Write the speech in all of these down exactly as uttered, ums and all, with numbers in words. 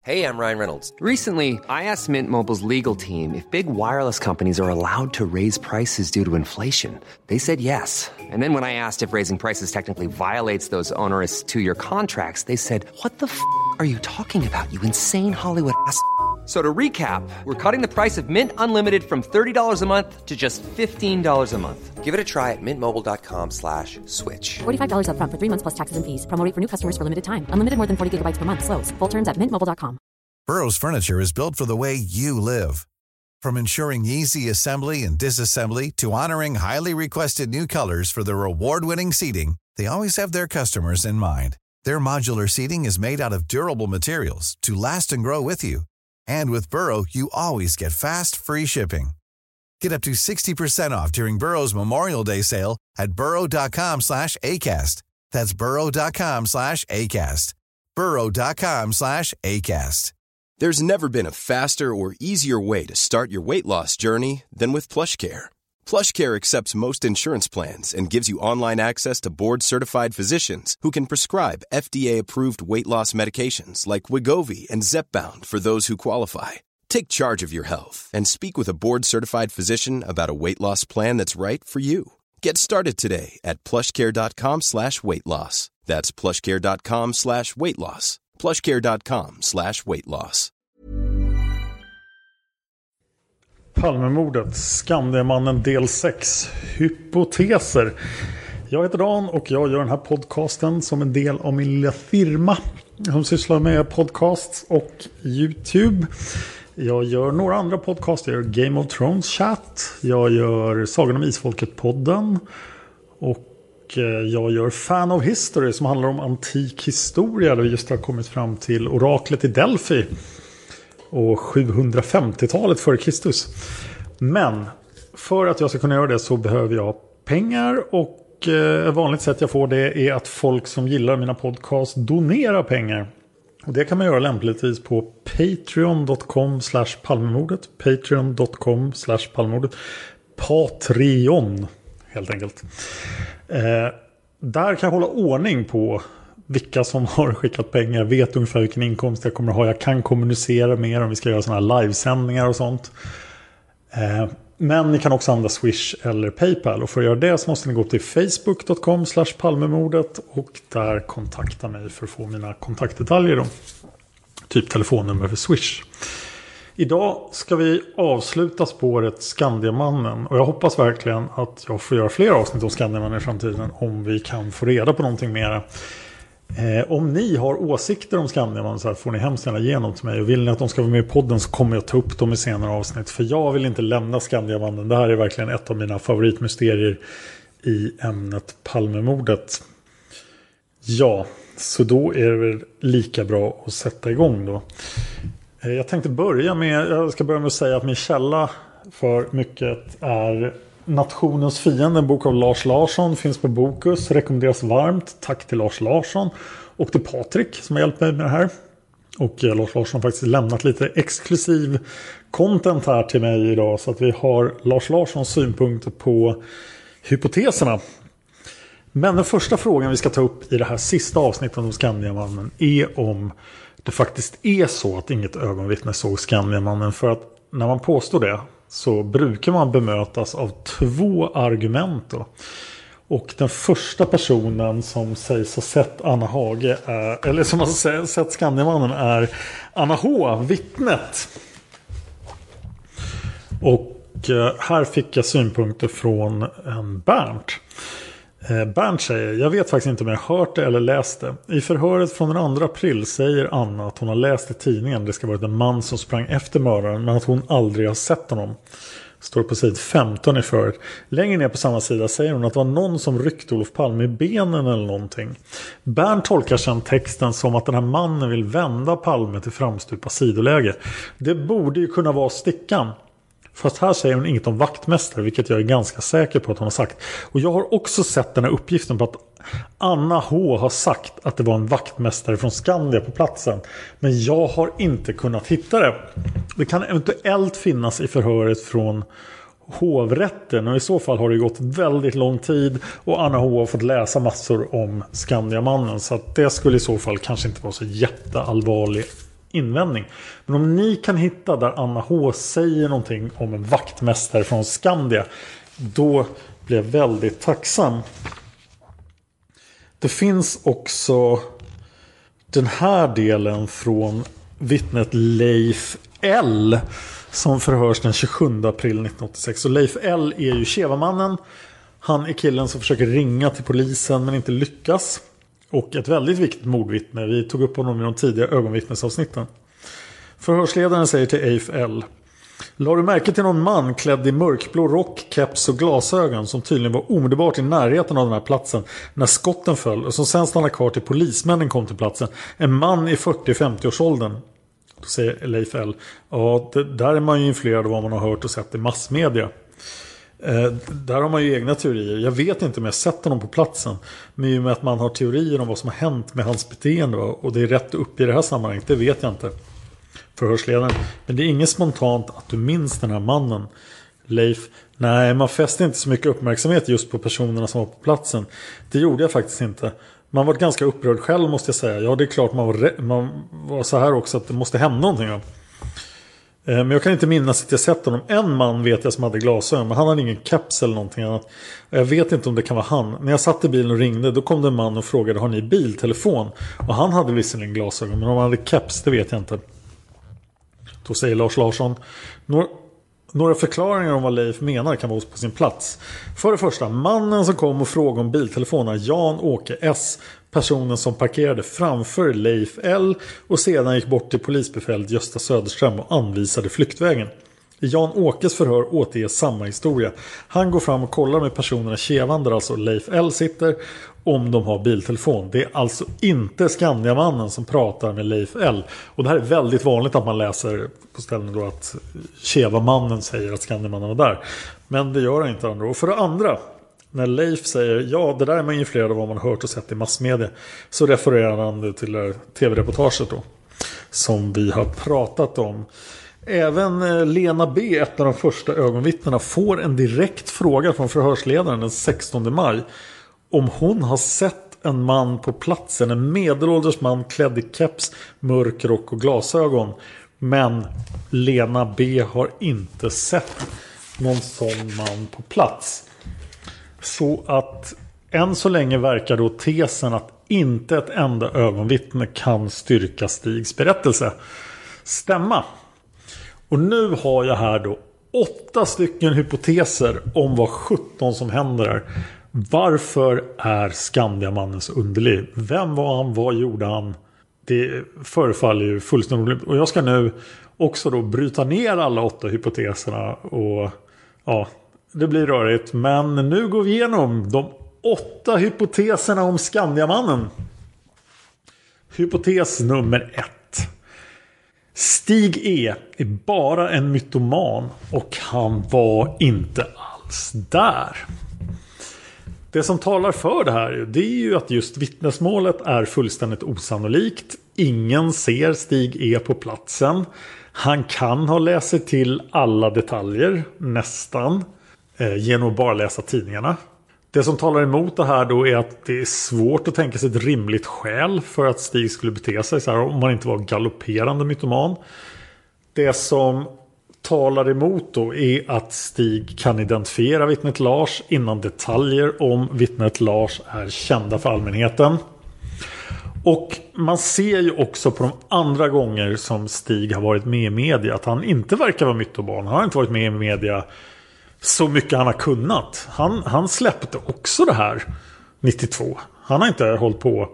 Hey, I'm Ryan Reynolds. Recently, I asked Mint Mobile's legal team if big wireless companies are allowed to raise prices due to inflation. They said yes. And then when I asked if raising prices technically violates those onerous two-year contracts, they said, "What the f*** are you talking about, you insane Hollywood ass?" So to recap, we're cutting the price of Mint Unlimited from thirty dollars a month to just fifteen dollars a month. Give it a try at mintmobile.com slash switch. forty-five dollars up front for three months plus taxes and fees. Promo rate for new customers for limited time. Unlimited more than forty gigabytes per month. Slows full terms at mint mobile dot com. Burrow's furniture is built for the way you live. From ensuring easy assembly and disassembly to honoring highly requested new colors for their award-winning seating, they always have their customers in mind. Their modular seating is made out of durable materials to last and grow with you. And with Burrow, you always get fast, free shipping. Get up to sixty percent off during Burrow's Memorial Day sale at burrow.com slash ACAST. That's burrow.com slash ACAST. burrow.com slash ACAST. There's never been a faster or easier way to start your weight loss journey than with PlushCare. PlushCare accepts most insurance plans and gives you online access to board-certified physicians who can prescribe F D A-approved weight loss medications like Wegovy and Zepbound for those who qualify. Take charge of your health and speak with a board-certified physician about a weight loss plan that's right for you. Get started today at plushcare.com slash weight loss. That's plushcare.com slash weight loss. plushcare.com slash weight loss. Palmemordet, Skandiamannen del sex, hypoteser. Jag heter Dan och jag gör den här podcasten som en del av min lilla firma som sysslar med podcasts och YouTube. Jag gör några andra podcasts. Jag gör Game of Thrones chat. Jag gör Sagan om Isfolket-podden. Och jag gör Fan of History som handlar om antik historia. Där vi just har kommit fram till oraklet i Delphi. Och sjuhundrafemtiotalet före Kristus. Men för att jag ska kunna göra det så behöver jag pengar. Och ett vanligt sätt jag får det är att folk som gillar mina podcasts donerar pengar. Och det kan man göra lämpligtvis på patreon.com slash palmemordet. Patreon.com slash palmemordet. Patreon helt enkelt. Eh, där kan jag hålla ordning på vilka som har skickat pengar. Vet ungefär vilken inkomst jag kommer att ha. Jag kan kommunicera med er om vi ska göra sådana här livesändningar och sånt. Eh, men ni kan också använda Swish eller Paypal. Och för att göra det så måste ni gå till facebook.com slash palmemordet. Och där kontakta mig för att få mina kontaktdetaljer då. Typ telefonnummer för Swish. Idag ska vi avsluta spåret Skandiamannen. Och jag hoppas verkligen att jag får göra fler avsnitt om Skandiamannen i framtiden. Om vi kan få reda på någonting mer. Eh, om ni har åsikter om Skandiamannen så här får ni hemskt gärna ge dem till mig. Och vill ni att de ska vara med i podden så kommer jag ta upp dem i senare avsnitt. För jag vill inte lämna Skandiamannen. Det här är verkligen ett av mina favoritmysterier i ämnet Palmemordet. Ja, så då är det väl lika bra att sätta igång då. Jag tänkte börja med, jag ska börja med att säga att min källa för mycket är Nationens fiende, en bok av Lars Larsson, finns på Bokus, rekommenderas varmt. Tack till Lars Larsson och till Patrik som har hjälpt mig med det här. Och Lars Larsson har faktiskt lämnat lite exklusiv content här till mig idag, så att vi har Lars Larssons synpunkter på hypoteserna. Men den första frågan vi ska ta upp i det här sista avsnittet om Skandiamannen är om det faktiskt är så att inget ögonvittne såg Skandiamannen. För att när man påstår det så brukar man bemötas av två argument då. Och den första personen som sägs ha sett Anna Hage är, eller som har sett Skandiamannen är Anna H, vittnet. Och här fick jag synpunkter från en Bernt. Bernt säger, jag vet faktiskt inte om jag har hört det eller läst det. I förhöret från den andra april säger Anna att hon har läst i tidningen. Det ska vara en man som sprang efter mördaren, men att hon aldrig har sett honom. Står på sid femton i förhöret. Längre ner på samma sida säger hon att det var någon som ryckte Olof Palme i benen eller någonting. Bernt tolkar sedan texten som att den här mannen vill vända Palme till framstupa sidoläge. Det borde ju kunna vara Stickan. Fast här säger hon inget om vaktmästare, vilket jag är ganska säker på att hon har sagt. Och jag har också sett den här uppgiften på att Anna H har sagt att det var en vaktmästare från Skandia på platsen. Men jag har inte kunnat hitta det. Det kan eventuellt finnas i förhöret från hovrätten. Och i så fall har det gått väldigt lång tid. Och Anna H har fått läsa massor om Skandiamannen. Så att det skulle i så fall kanske inte vara så jätteallvarlig invändning. Men om ni kan hitta där Anna H säger någonting om en vaktmästare från Skandia, då blir jag väldigt tacksam. Det finns också den här delen från vittnet Leif L som förhörs den tjugosjunde april nittonhundraåttiosex. Och Leif L är ju Tjevamannen. Han är killen som försöker ringa till polisen men inte lyckas. Och ett väldigt viktigt mordvittne. Vi tog upp honom i de tidiga ögonvittnesavsnitten. Förhörsledaren säger till Leif L: la du märke till någon man klädd i mörkblå rock, keps och glasögon som tydligen var omedelbart i närheten av den här platsen när skotten föll och som sen stannade kvar till polismännen kom till platsen? En man i fyrtio till femtio års åldern. Då säger Leif L: ja, det, där är man ju influerad av vad man har hört och sett i massmedia. Eh, där har man ju egna teorier. Jag vet inte om jag sett honom på platsen, men i och med att man har teorier om vad som har hänt med hans beteende och det är rätt upp i det här sammanhanget, det vet jag inte. Förhörsledaren: men det är inget spontant att du minns den här mannen. Leif: nej, man fäster inte så mycket uppmärksamhet just på personerna som var på platsen. Det gjorde jag faktiskt inte. Man var ganska upprörd själv, måste jag säga. Ja, det är klart man var, man var så här också att det måste hända någonting. Ja. Men jag kan inte minnas att jag sett honom. En man vet jag som hade glasögon, men han hade ingen keps eller någonting annat. Jag vet inte om det kan vara han. När jag satt i bilen och ringde, då kom det en man och frågade: har ni biltelefon? Och han hade visserligen glasögon, men om han hade keps, det vet jag inte. Då säger Lars Larsson: några, några förklaringar om vad Leif menar kan vara på sin plats. För det första, mannen som kom och frågade om biltelefoner, Jan-Åke S, personen som parkerade framför Leif L och sedan gick bort till polisbefälet Gösta Söderström och anvisade flyktvägen. I Jan-Åkes förhör återges samma historia. Han går fram och kollar med personerna Tjevan, där alltså Leif L sitter, om de har biltelefon. Det är alltså inte Skandiamannen som pratar med Leif L. Och det här är väldigt vanligt att man läser på ställen då att Tjevamannen säger att Skandiamannen var där. Men det gör han inte andra. Och för det andra, när Leif säger ja, det där är man influerad av vad man har hört och sett i massmedia, så refererar han till det tv-reportaget då, som vi har pratat om. Även Lena B, ett av de första ögonvittnena, får en direkt fråga från förhörsledaren den sextonde maj om hon har sett en man på platsen, en medelålders man klädd i keps, mörk rock och glasögon. Men Lena B har inte sett någon sån man på plats. Så att än så länge verkar då tesen att inte ett enda ögonvittne kan styrka Stigs berättelse stämma. Och nu har jag här då åtta stycken hypoteser om vad sjutton som händer här. Varför är Skandiamannen så underlig? Vem var han? Vad gjorde han? Det förefaller ju fullständigt orimligt. Och jag ska nu också då bryta ner alla åtta hypoteserna. Och ja, det blir rörigt. Men nu går vi igenom de åtta hypoteserna om Skandiamannen. Hypotes nummer ett. Stig E är bara en mytoman och han var inte alls där. Det som talar för det här, det är ju att just vittnesmålet är fullständigt osannolikt. Ingen ser Stig E på platsen. Han kan ha läst sig till alla detaljer, nästan, eh, genom att bara läsa tidningarna. Det som talar emot det här då är att det är svårt att tänka sig ett rimligt skäl för att Stig skulle bete sig så här om man inte var galopperande mytoman. Det som talar emot då är att Stig kan identifiera vittnet Lars innan detaljer om vittnet Lars är kända för allmänheten. Och man ser ju också på de andra gånger som Stig har varit med i media att han inte verkar vara mytoman. Han har inte varit med i media så mycket han har kunnat. Han, han släppte också det här nittiotvå. Han har inte hållit på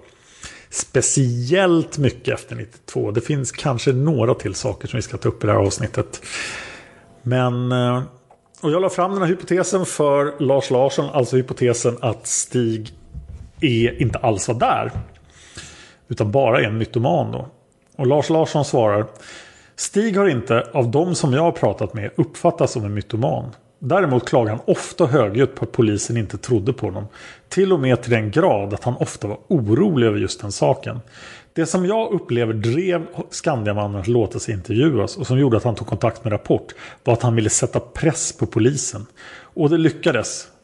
speciellt mycket efter nittiotvå. Det finns kanske några till saker som vi ska ta upp i det här avsnittet. Men, och jag la fram den här hypotesen för Lars Larsson. Alltså hypotesen att Stig är inte alls var där, utan bara är en mytoman då. Och Lars Larsson svarar: Stig har inte av dem som jag har pratat med uppfattats som en mytoman. Däremot klagar han ofta högljutt på att polisen inte trodde på honom. Till och med till den grad att han ofta var orolig över just den saken. Det som jag upplever drev Skandiamannen att låta sig intervjuas och som gjorde att han tog kontakt med Rapport var att han ville sätta press på polisen. Och det lyckades.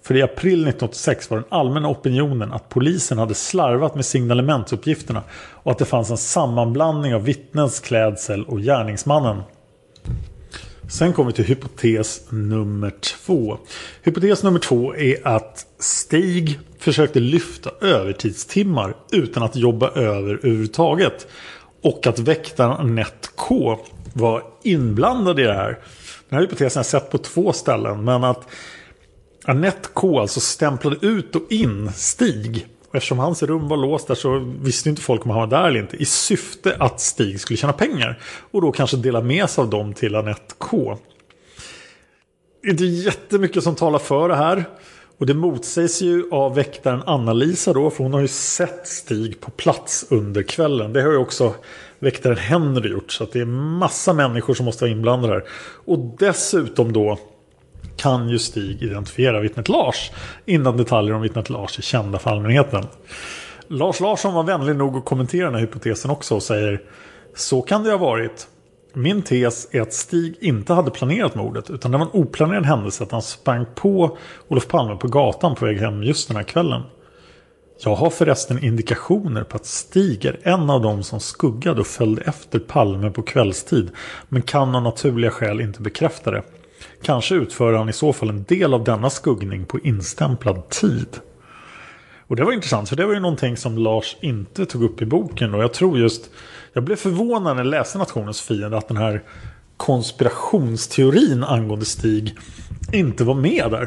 För i april nittonhundraåttiosex var den allmänna opinionen att polisen hade slarvat med signalementsuppgifterna och att det fanns en sammanblandning av vittnens klädsel och gärningsmannen. Sen kommer vi till hypotes nummer två. Hypotes nummer två är att Stig försökte lyfta övertidstimmar utan att jobba över överhuvudtaget. Och att väktaren Annette K var inblandad i det här. Den här hypotesen har jag sett på två ställen. Men att Annette K alltså stämplade ut och in Stig. Och eftersom hans rum var låst där så visste inte folk om han var där eller inte. I syfte att Stig skulle tjäna pengar. Och då kanske dela med sig av dem till Annette K. Det är inte jättemycket som talar för det här. Och det motsägs ju av väktaren Anna-Lisa då. För hon har ju sett Stig på plats under kvällen. Det har ju också väktaren Henry gjort. Så att det är massa människor som måste vara inblandade här. Och dessutom då kan ju Stig identifiera vittnet Lars innan detaljer om vittnet Lars är kända för allmänheten. Lars Larsson var vänlig nog att kommentera den här hypotesen också och säger: så kan det ha varit. Min tes är att Stig inte hade planerat mordet utan det var en oplanerad händelse att han sprang på Olof Palme på gatan på väg hem just den här kvällen. Jag har förresten indikationer på att Stig är en av dem som skuggade och följde efter Palme på kvällstid men kan av naturliga skäl inte bekräfta det. Kanske utför han i så fall en del av denna skuggning på instämplad tid. Och det var intressant för det var ju någonting som Lars inte tog upp i boken. Och jag tror just, jag blev förvånad när jag läste Nationens fiende att den här konspirationsteorin angående Stig inte var med där.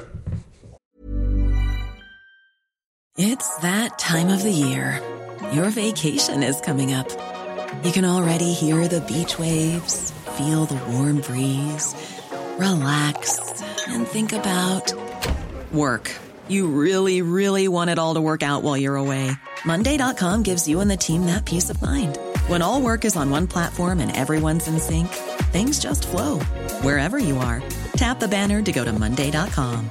It's that time of the year. Your vacation is coming up. You can already hear the beach waves, feel the warm breeze, relax and think about work. You really, really want it all to work out while you're away. Monday dot com gives you and the team that peace of mind. When all work is on one platform and everyone's in sync, things just flow. Wherever you are, tap the banner to go to Monday dot com.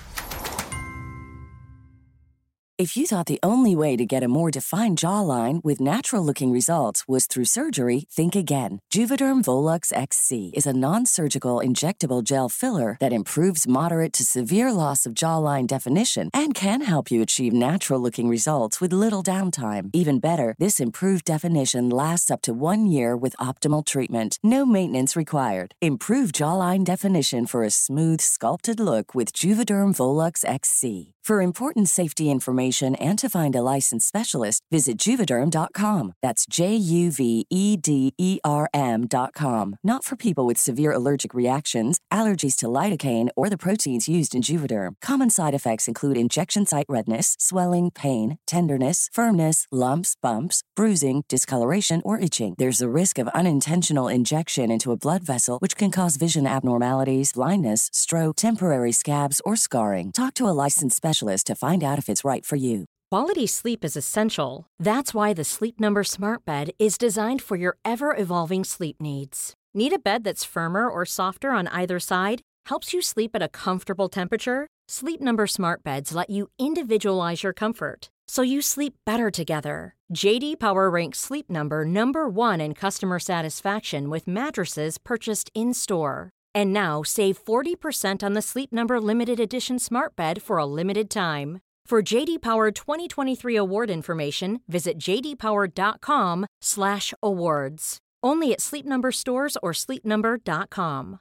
If you thought the only way to get a more defined jawline with natural-looking results was through surgery, think again. Juvederm Volux X C is a non-surgical injectable gel filler that improves moderate to severe loss of jawline definition and can help you achieve natural-looking results with little downtime. Even better, this improved definition lasts up to one year with optimal treatment. No maintenance required. Improve jawline definition for a smooth, sculpted look with Juvederm Volux X C. For important safety information and to find a licensed specialist, visit Juvederm dot com. That's J U V E D E R M dot com. Not for people with severe allergic reactions, allergies to lidocaine, or the proteins used in Juvederm. Common side effects include injection site redness, swelling, pain, tenderness, firmness, lumps, bumps, bruising, discoloration, or itching. There's a risk of unintentional injection into a blood vessel, which can cause vision abnormalities, blindness, stroke, temporary scabs, or scarring. Talk to a licensed specialist to find out if it's right for you. Quality sleep is essential. That's why the Sleep Number Smart Bed is designed for your ever-evolving sleep needs. Need a bed that's firmer or softer on either side? Helps you sleep at a comfortable temperature? Sleep Number Smart Beds let you individualize your comfort, so you sleep better together. J D Power ranks Sleep Number number one in customer satisfaction with mattresses purchased in-store. And now, save forty percent on the Sleep Number Limited Edition Smart Bed for a limited time. For J D Power twenty twenty-three award information, visit j d power dot com slash awards. Only at Sleep Number stores or sleep number dot com.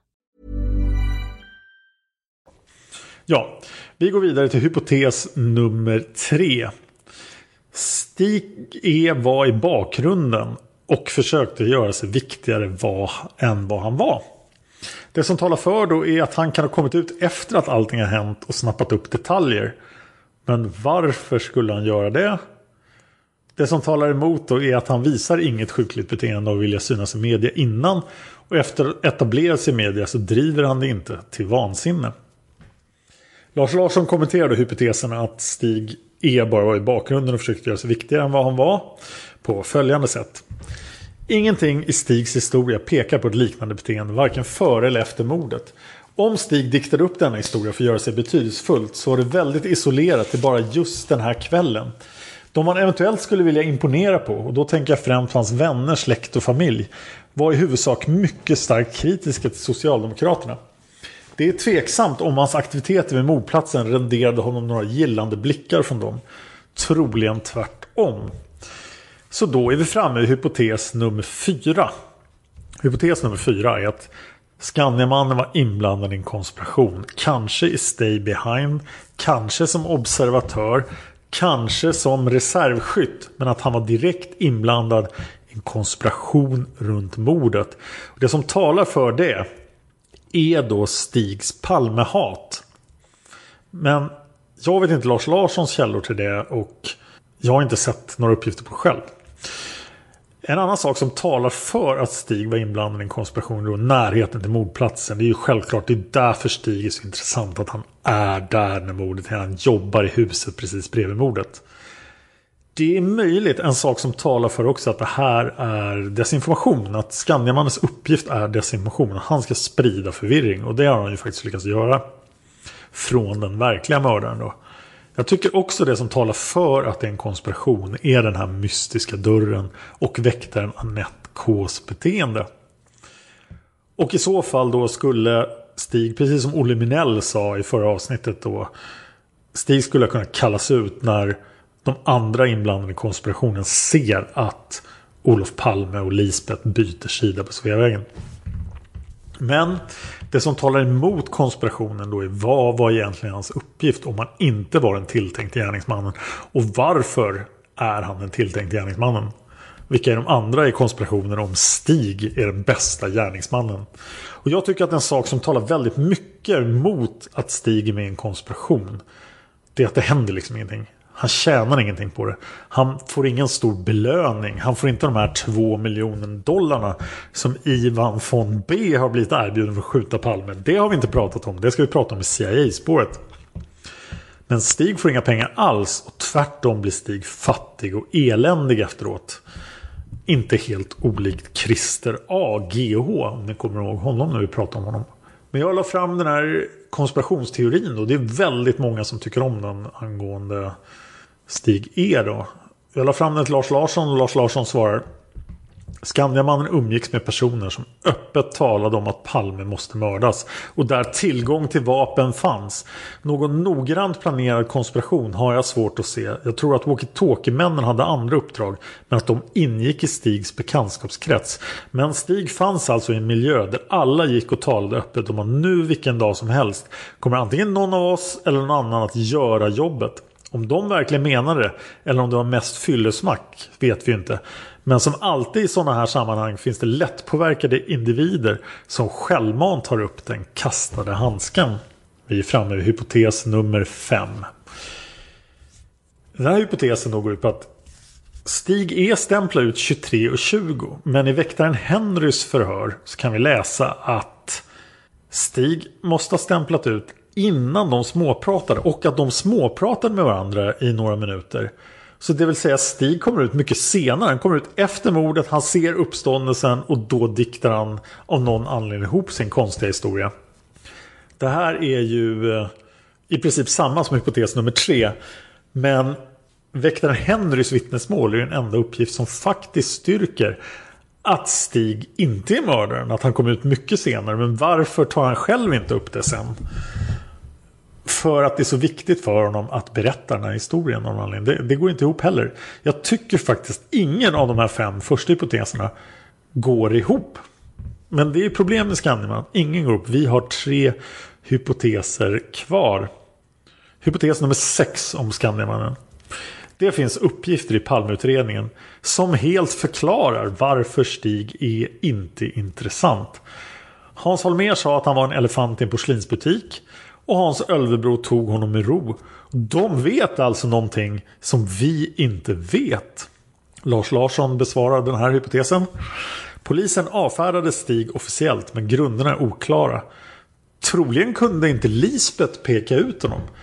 Ja, vi går vidare till hypotes nummer tre. Stig E var i bakgrunden och försökte göra sig viktigare var, än vad han var. Det som talar för då är att han kan ha kommit ut efter att allting har hänt och snappat upp detaljer. Men varför skulle han göra det? Det som talar emot då är att han visar inget sjukligt beteende och vilja synas i media innan. Och efter att etablera sig i media så driver han det inte till vansinne. Lars Larsson kommenterade hypotesen att Stig E bara var i bakgrunden och försökte göra sig viktigare än vad han var på följande sätt. Ingenting i Stigs historia pekar på ett liknande beteende varken före eller efter mordet. Om Stig diktade upp denna historia för att göra sig betydelsefullt så var det väldigt isolerat till bara just den här kvällen. De man eventuellt skulle vilja imponera på, och då tänker jag främst hans vänner, släkt och familj, var i huvudsak mycket starkt kritiska till Socialdemokraterna. Det är tveksamt om hans aktiviteter vid mordplatsen renderade honom några gillande blickar från dem. Troligen tvärtom. Så då är vi framme i hypotes nummer fyra. Hypotes nummer fyra är att Skandiamannen var inblandad i en konspiration. Kanske i stay behind, kanske som observatör, kanske som reservskytt. Men att han var direkt inblandad i en konspiration runt mordet. Och det som talar för det är då Stigs Palmehat. Men jag vet inte Lars Larssons källor till det och jag har inte sett några uppgifter på själv. En annan sak som talar för att Stig var inblandad i en konspiration då närheten till mordplatsen. Det är ju självklart, det är därför Stig är så intressant att han är där när mordet är. Han jobbar i huset precis bredvid mordet. Det är möjligt en sak som talar för också att det här är desinformation. Att Skandiamannens uppgift är desinformation. Han ska sprida förvirring och det har han ju faktiskt lyckats göra från den verkliga mördaren då. Jag tycker också det som talar för att det är en konspiration är den här mystiska dörren och väktaren Annette K:s beteende. Och i så fall då skulle Stig, precis som Olle Minell sa i förra avsnittet då, Stig skulle kunna kallas ut när de andra inblandade i konspirationen ser att Olof Palme och Lisbeth byter sida på Sveavägen. Men det som talar emot konspirationen då är vad var egentligen hans uppgift om han inte var den tilltänkte gärningsmannen. Och varför är han den tilltänkte gärningsmannen? Vilka är de andra i konspirationen om Stig är den bästa gärningsmannen? Och jag tycker att en sak som talar väldigt mycket mot att Stig är med i en konspiration, det är att det händer liksom ingenting. Han tjänar ingenting på det. Han får ingen stor belöning. Han får inte de här två miljoner dollarna som Ivan von B har blivit erbjuden för att skjuta Palme. Det har vi inte pratat om. Det ska vi prata om i C I A-spåret. Men Stig får inga pengar alls och tvärtom blir Stig fattig och eländig efteråt. Inte helt olikt Christer A. G H, om ni kommer ihåg honom när vi pratar om honom. Men jag la fram den här konspirationsteorin och det är väldigt många som tycker om den angående Stig E då. Jag la fram den till Lars Larsson och Lars Larsson svarar: Skandiamannen umgicks med personer som öppet talade om att Palme måste mördas och där tillgång till vapen fanns. Någon noggrant planerad konspiration har jag svårt att se. Jag tror att walkie-talkie-männen hade andra uppdrag, men att de ingick i Stigs bekantskapskrets. Men Stig fanns alltså i en miljö där alla gick och talade öppet om att nu vilken dag som helst kommer antingen någon av oss eller någon annan att göra jobbet. Om de verkligen menar det eller om det var mest fyllesmack vet vi inte. Men som alltid i sådana här sammanhang finns det lättpåverkade individer som självmant tar upp den kastade handskan. Vi är framme vid hypotes nummer fem. Den här hypotesen då går ut på att Stig E stämplar ut tjugotre och tjugo. Men i väktaren Henrys förhör så kan vi läsa att Stig måste ha stämplat ut innan de småpratade och att de småpratade med varandra i några minuter. Så det vill säga Stig kommer ut mycket senare. Han kommer ut efter mordet, han ser uppståndelsen och då diktar han av någon anledning ihop sin konstiga historia. Det här är ju eh, i princip samma som hypotes nummer tre. Men väktaren Henrys vittnesmål är den enda uppgift som faktiskt styrker att Stig inte är mördaren. Att han kommer ut mycket senare. Men varför tar han själv inte upp det sen? För att det är så viktigt för honom att berätta den här historien. Det, det går inte ihop heller. Jag tycker faktiskt ingen av de här fem första hypoteserna går ihop. Men det är problem med Skandiamannen. Ingen går ihop. Vi har tre hypoteser kvar. Hypotes nummer sex om Skandiamannen. Det finns uppgifter i Palmeutredningen som helt förklarar varför Stig är inte intressant. Hans Holmér sa att han var en elefant i en porslinsbutik. Och Hans Ölvebro tog honom i ro. De vet alltså någonting som vi inte vet. Lars Larsson besvarar den här hypotesen. Polisen avfärdade Stig officiellt, men grunderna är oklara. Troligen kunde inte Lisbeth peka ut honom.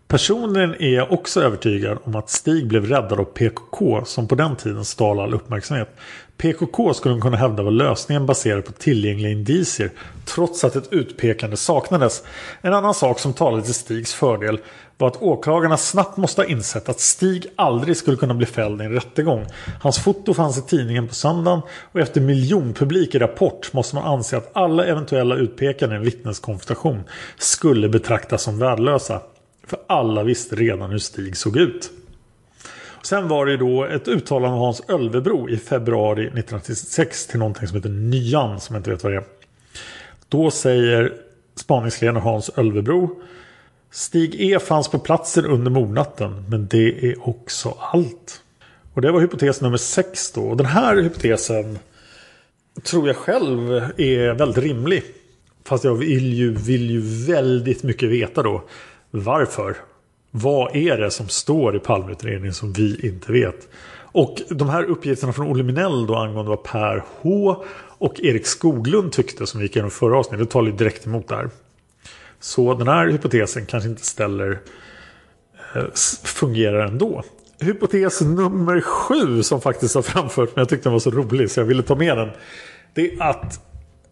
Personligen är jag också övertygad om att Stig blev räddad av P K K som på den tiden stal all uppmärksamhet. P K K skulle kunna hävda var lösningen baserad på tillgängliga indicier trots att ett utpekande saknades. En annan sak som talade till Stigs fördel var att åklagarna snabbt måste ha insett att Stig aldrig skulle kunna bli fälld i en rättegång. Hans foto fanns i tidningen på söndagen och efter miljonpublik i Rapport måste man anse att alla eventuella utpekanden i en vittneskonfrontation skulle betraktas som värdelösa. För alla visste redan hur Stig såg ut. Sen var det då ett uttalande av Hans Ölvebro i februari nittonhundranittiosex till någonting som heter Nyan, som jag inte vet vad det är. Då säger spaningsledaren Hans Ölvebro: Stig E fanns på platsen under mordnatten, men det är också allt. Och det var hypotes nummer sex då. Och den här hypotesen tror jag själv är väldigt rimlig. Fast jag vill ju, vill ju väldigt mycket veta då. Varför? Vad är det som står i Palmeutredningen som vi inte vet? Och de här uppgifterna från Olle Minell då angående vad Per H och Erik Skoglund tyckte som vi gick igenom förra avsnittet, det talar ju direkt emot där. Så den här hypotesen kanske inte ställer eh, fungerar ändå. Hypotes nummer sju som faktiskt har framfört, men jag tyckte den var så rolig så jag ville ta med den. Det är att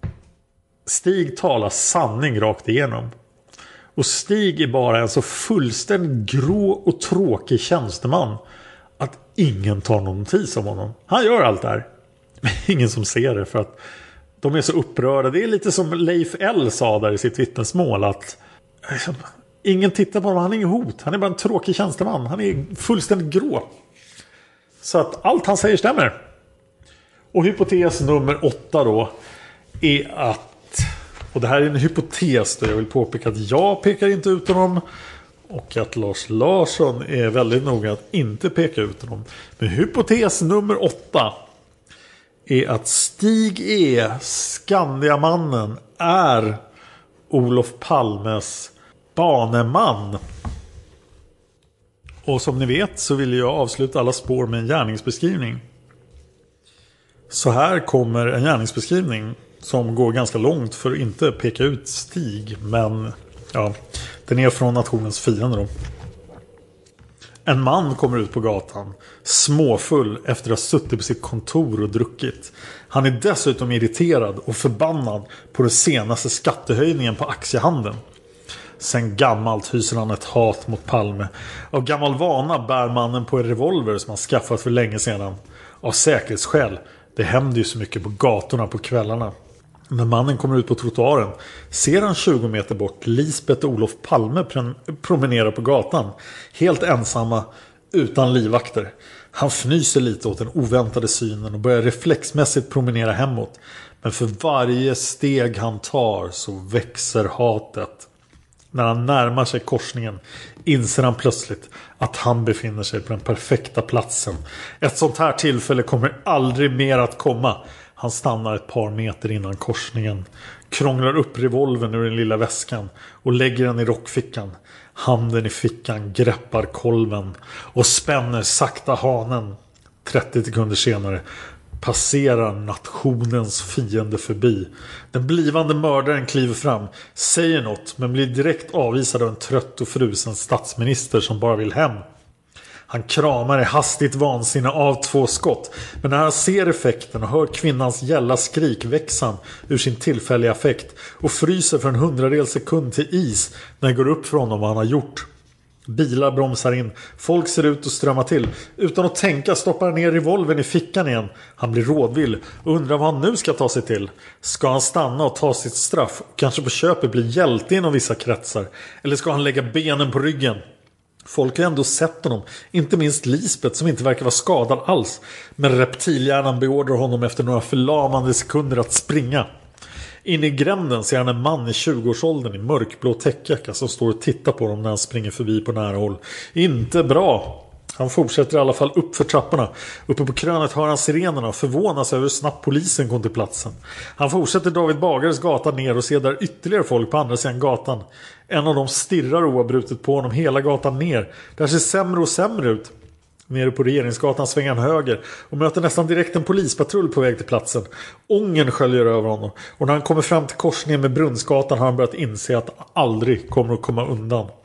Stig talar sanning rakt igenom. Och Stig är bara en så fullständigt grå och tråkig tjänsteman att ingen tar någon notis om honom. Han gör allt det här. Men ingen som ser det för att de är så upprörda. Det är lite som Leif L sa där i sitt vittnesmål att liksom, ingen tittar på honom. Han är ingen hot. Han är bara en tråkig tjänsteman. Han är fullständigt grå. Så att allt han säger stämmer. Och hypotes nummer åtta då är att, och det här är en hypotes då, jag vill påpeka att jag pekar inte ut honom och att Lars Larsson är väldigt noga att inte peka ut honom. Men hypotes nummer åtta är att Stig E, Skandiamannen, är Olof Palmes baneman. Och som ni vet så vill jag avsluta alla spår med en gärningsbeskrivning. Så här kommer en gärningsbeskrivning som går ganska långt för att inte peka ut Stig. Men ja, den är från nationens fiende då. En man kommer ut på gatan, småfull efter att ha suttit på sitt kontor och druckit. Han är dessutom irriterad och förbannad på den senaste skattehöjningen på aktiehandeln. Sen gammalt hyser han ett hat mot Palme. Av gammal vana bär mannen på en revolver som han skaffat för länge sedan. Av säkerhetsskäl, det händer ju så mycket på gatorna på kvällarna. När mannen kommer ut på trottoaren ser han tjugo meter bort Lisbeth och Olof Palme promenera på gatan. Helt ensamma, utan livvakter. Han fnyser lite åt den oväntade synen och börjar reflexmässigt promenera hemåt. Men för varje steg han tar så växer hatet. När han närmar sig korsningen inser han plötsligt att han befinner sig på den perfekta platsen. Ett sånt här tillfälle kommer aldrig mer att komma. Han stannar ett par meter innan korsningen, krånglar upp revolvern ur den lilla väskan och lägger den i rockfickan. Handen i fickan greppar kolven och spänner sakta hanen. trettio sekunder senare passerar nationens fiende förbi. Den blivande mördaren kliver fram, säger något men blir direkt avvisad av en trött och frusen statsminister som bara vill hem. Han kramar i hastigt vansinne av två skott. Men när han ser effekten och hör kvinnans gälla skrik växer han ur sin tillfälliga affekt och fryser för en hundradel sekund till is när det går upp för honom vad han har gjort. Bilar bromsar in, folk ser ut att strömma till. Utan att tänka stoppar han ner revolvern i fickan igen. Han blir rådvill och undrar vad han nu ska ta sig till. Ska han stanna och ta sitt straff och kanske på köpet bli hjälte inom vissa kretsar? Eller ska han lägga benen på ryggen? Folk har ändå sett honom, inte minst Lisbeth som inte verkar vara skadad alls. Men reptilhjärnan beordrar honom efter några förlamande sekunder att springa. Inne i gränden ser han en man i tjugoårsåldern i mörkblå täckjacka som står och tittar på honom när han springer förbi på nära håll. Inte bra. Han fortsätter i alla fall upp för trapporna. Uppe på krönet hör han sirenerna och förvånas över hur snabbt polisen kom till platsen. Han fortsätter David Bagares gata ner och ser där ytterligare folk på andra sidan gatan. En av dem stirrar oavbrutet på honom hela gatan ner. Där ser sämre och sämre ut. Nere på Regeringsgatan svänger han höger och möter nästan direkt en polispatrull på väg till platsen. Ången sköljer över honom och när han kommer fram till korsningen med Brunnsgatan har han börjat inse att han aldrig kommer att komma undan.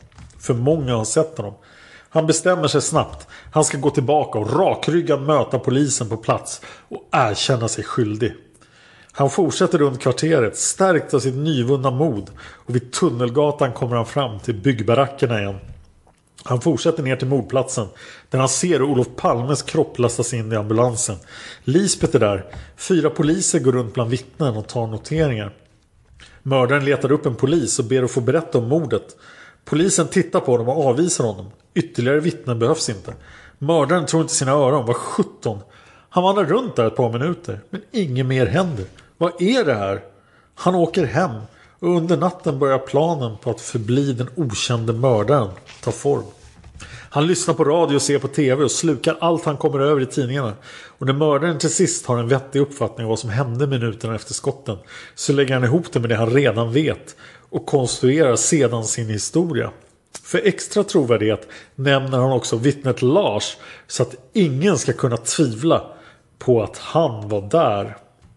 För många har sett honom. Han bestämmer sig snabbt. Han ska gå tillbaka och rakryggad möta polisen på plats och erkänna sig skyldig. Han fortsätter runt kvarteret, stärkt av sitt nyvunna mod, och vid Tunnelgatan kommer han fram till byggbarackerna igen. Han fortsätter ner till mordplatsen där han ser hur Olof Palmes kropp lastas in i ambulansen. Lisbeth är där. Fyra poliser går runt bland vittnen och tar noteringar. Mördaren letar upp en polis och ber att få berätta om mordet. Polisen tittar på honom och avvisar honom. Ytterligare vittnen behövs inte. Mördaren tror inte sina öron. Var sjutton. Han vandrar runt där ett par minuter, men inget mer händer. Vad är det här? Han åker hem, och under natten börjar planen på att förbli den okände mördaren ta form. Han lyssnar på radio och ser på tv och slukar allt han kommer över i tidningarna. Och när mördaren till sist har en vettig uppfattning om vad som hände minuterna efter skotten, så lägger han ihop det med det han redan vet och konstruerar sedan sin historia. För extra trovärdighet nämner han också vittnet Lars, så att ingen ska kunna tvivla på att han var där.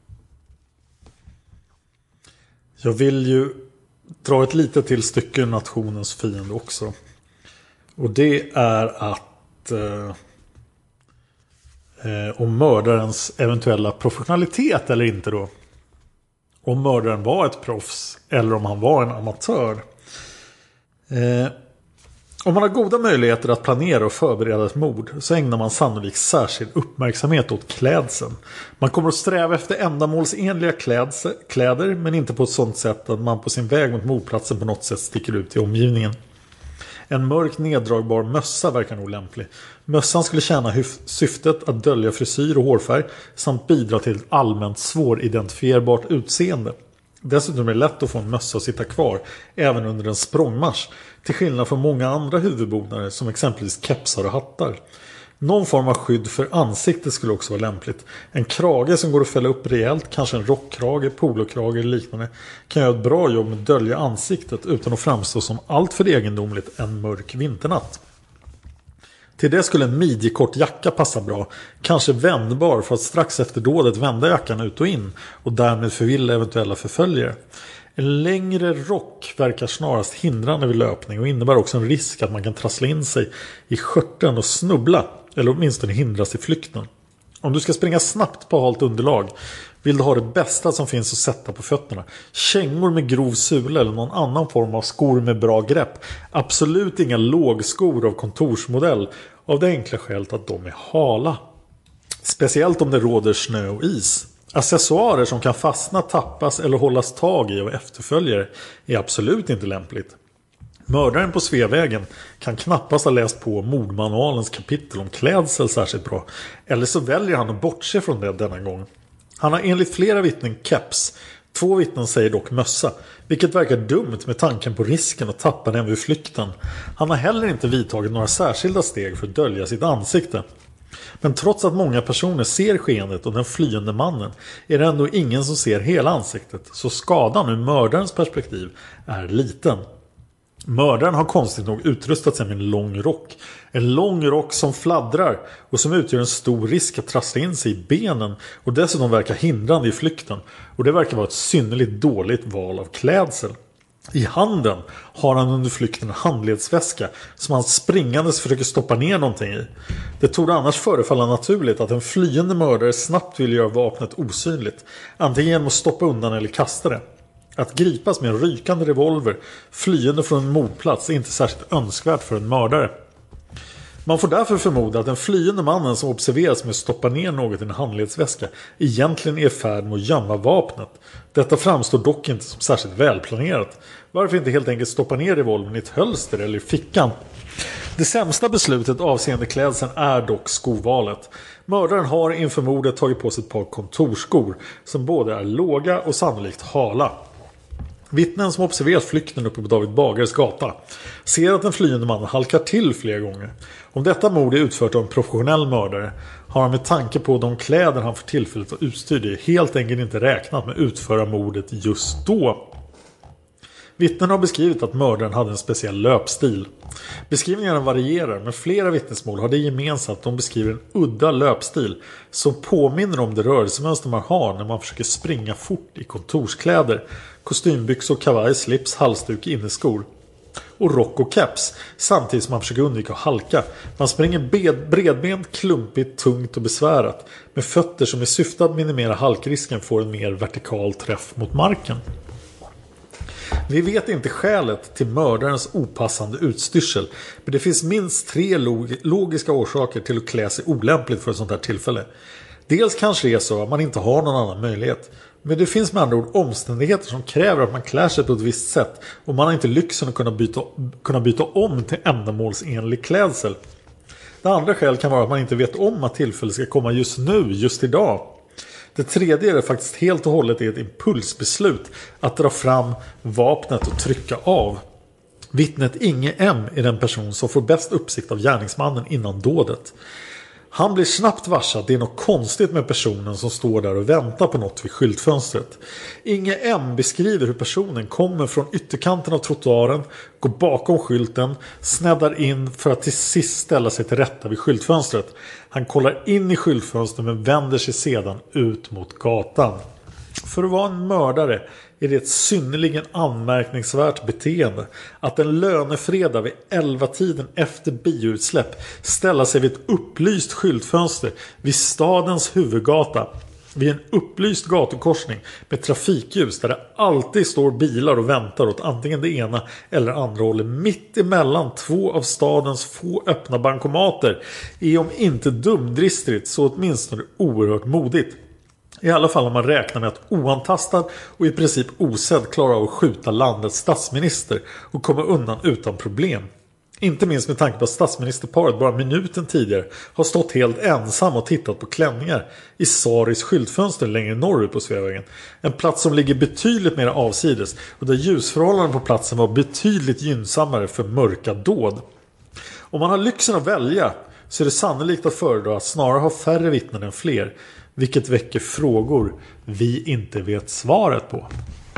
Jag vill ju dra ett litet till stycke nationens fiende också. Och det är att eh, eh, om mördarens eventuella professionalitet eller inte då. Om mördaren var ett proffs eller om han var en amatör. Eh, om man har goda möjligheter att planera och förbereda ett mord, så ägnar man sannolikt särskild uppmärksamhet åt klädseln. Man kommer att sträva efter ändamålsenliga klädsel, kläder, men inte på ett sådant sätt att man på sin väg mot mordplatsen på något sätt sticker ut i omgivningen. En mörk neddragbar mössa verkar nog lämplig. Mössan skulle tjäna syftet att dölja frisyr och hårfärg samt bidra till ett allmänt svåridentifierbart utseende. Dessutom är det lätt att få en mössa att sitta kvar även under en språngmarsch, till skillnad från många andra huvudbonader som exempelvis kepsar och hattar. Någon form av skydd för ansiktet skulle också vara lämpligt. En krage som går att fälla upp rejält, kanske en rockkrage, polokrage eller liknande, kan göra ett bra jobb med att dölja ansiktet utan att framstå som allt för egendomligt en mörk vinternatt. Till det skulle en midjekort jacka passa bra, kanske vändbar för att strax efter dådet vända jackan ut och in och därmed förvilla eventuella förföljare. En längre rock verkar snarast hindrande vid löpning och innebär också en risk att man kan trassla in sig i skörten och snubbla, eller åtminstone hindras i flykten. Om du ska springa snabbt på halt underlag vill du ha det bästa som finns att sätta på fötterna. Kängor med grov sula eller någon annan form av skor med bra grepp. Absolut inga lågskor av kontorsmodell, av det enkla skälet att de är hala. Speciellt om det råder snö och is. Accessoarer som kan fastna, tappas eller hållas tag i av efterföljare är absolut inte lämpligt. Mördaren på Sveavägen kan knappast ha läst på mordmanualens kapitel om klädsel särskilt bra. Eller så väljer han att bortse från det denna gång. Han har enligt flera vittnen keps. Två vittnen säger dock mössa, vilket verkar dumt med tanken på risken att tappa den vid flykten. Han har heller inte vidtagit några särskilda steg för att dölja sitt ansikte. Men trots att många personer ser skeendet och den flyende mannen är det ändå ingen som ser hela ansiktet, så skadan ur mördarens perspektiv är liten. Mördaren har konstigt nog utrustat sig med en lång rock. En lång rock som fladdrar och som utgör en stor risk att trassla in sig i benen och dessutom verkar hindrande i flykten. Och det verkar vara ett synnerligt dåligt val av klädsel. I handen har han under flykten en handledsväska som han springandes försöker stoppa ner någonting i. Det torde annars förefalla naturligt att en flyende mördare snabbt vill göra vapnet osynligt, antingen genom att stoppa undan eller kasta det. Att gripas med en rykande revolver flyende från en mordplats är inte särskilt önskvärt för en mördare. Man får därför förmoda att den flyende mannen som observeras med att stoppa ner något i en handledsväska egentligen är i färd med att gömma vapnet. Detta framstår dock inte som särskilt välplanerat. Varför inte helt enkelt stoppa ner revolvern i ett hölster eller i fickan? Det sämsta beslutet avseende klädseln är dock skovalet. Mördaren har inför mordet tagit på sig ett par kontorskor som både är låga och sannolikt hala. Vittnen som observerat flykten uppe på David Bagares gata ser att den flyende mannen halkar till flera gånger. Om detta mord är utfört av en professionell mördare har han med tanke på de kläder han för tillfället har utstyrt helt enkelt inte räknat med att utföra mordet just då. Vittnen har beskrivit att mördaren hade en speciell löpstil. Beskrivningarna varierar, men flera vittnesmål har det gemensamt att de beskriver en udda löpstil som påminner om det rörelsemönster man har när man försöker springa fort i kontorskläder, kostymbyxor, kavaj, slips, halsduk, inneskor. och rock och keps samtidigt som man försöker undvika att halka. Man springer bed, bredbent, klumpigt, tungt och besvärat med fötter som i syfte att minimera halkrisken får en mer vertikal träff mot marken. Vi vet inte skälet till mördarens opassande utstyrsel, men det finns minst tre log- logiska orsaker till att klä sig olämpligt för ett sånt här tillfälle. Dels kanske det är så att man inte har någon annan möjlighet. Men det finns med andra ord omständigheter som kräver att man klär sig på ett visst sätt. Och man har inte lyxen att kunna byta, kunna byta om till ändamålsenlig klädsel. Det andra skäl kan vara att man inte vet om att tillfället ska komma just nu, just idag. Det tredje är det faktiskt helt och hållet är ett impulsbeslut att dra fram vapnet och trycka av. Vittnet Inge M är den person som får bäst uppsikt av gärningsmannen innan dådet. Han blir snabbt varse att det är något konstigt med personen som står där och väntar på något vid skyltfönstret. Inge M beskriver hur personen kommer från ytterkanten av trottoaren, går bakom skylten, sneddar in för att till sist ställa sig till rätta vid skyltfönstret. Han kollar in i skyltfönstret men vänder sig sedan ut mot gatan. För att vara en mördare är det ett synnerligen anmärkningsvärt beteende att en lönefredag vid elva tiden efter bioutsläpp ställa sig vid ett upplyst skyltfönster vid stadens huvudgata vid en upplyst gatukorsning med trafikljus där det alltid står bilar och väntar åt antingen det ena eller andra hållet mitt emellan två av stadens få öppna bankomater är om inte dumdristigt så åtminstone oerhört modigt. I alla fall om man räknar med att oantastad och i princip osedd klarar av att skjuta landets statsminister och komma undan utan problem. Inte minst med tanke på att statsministerparet bara minuten tidigare har stått helt ensam och tittat på klänningar i Saris skyltfönster längre norrut på Sveavägen. En plats som ligger betydligt mer avsides och där ljusförhållanden på platsen var betydligt gynnsammare för mörka dåd. Om man har lyxen att välja så är det sannolikt att föredra att snarare ha färre vittnen än fler. Vilket väcker frågor vi inte vet svaret på.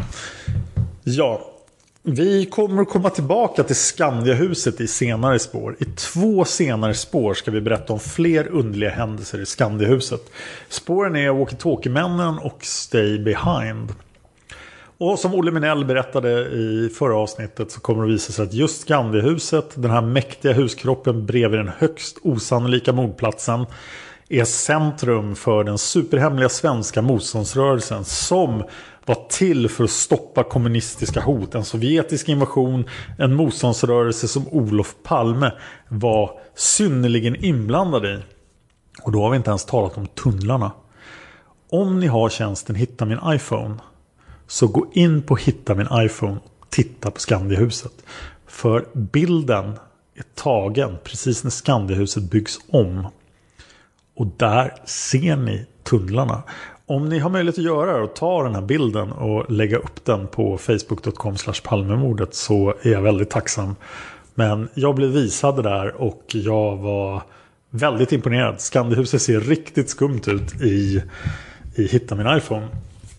Ja, vi kommer att komma tillbaka till Skandiahuset i senare spår. I två senare spår ska vi berätta om fler underliga händelser i Skandiahuset. Spåren är Walkie-Talkie-männen och Stay Behind. Och som Olle Minell berättade i förra avsnittet så kommer det visa sig att just Skandiahuset, den här mäktiga huskroppen bredvid den högst osannolika mordplatsen, är centrum för den superhemliga svenska motståndsrörelsen som var till för att stoppa kommunistiska hot. En sovjetisk invasion, en motståndsrörelse som Olof Palme var synnerligen inblandad i. Och då har vi inte ens talat om tunnlarna. Om ni har tjänsten Hitta min iPhone så gå in på Hitta min iPhone och titta på Skandiahuset. För bilden är tagen precis när Skandiahuset byggs om. Och där ser ni tunnlarna. Om ni har möjlighet att göra det och ta den här bilden och lägga upp den på facebook dot com slash palmemordet så är jag väldigt tacksam. Men jag blev visad där och jag var väldigt imponerad. Skandiahuset ser riktigt skumt ut i, i Hitta min iPhone.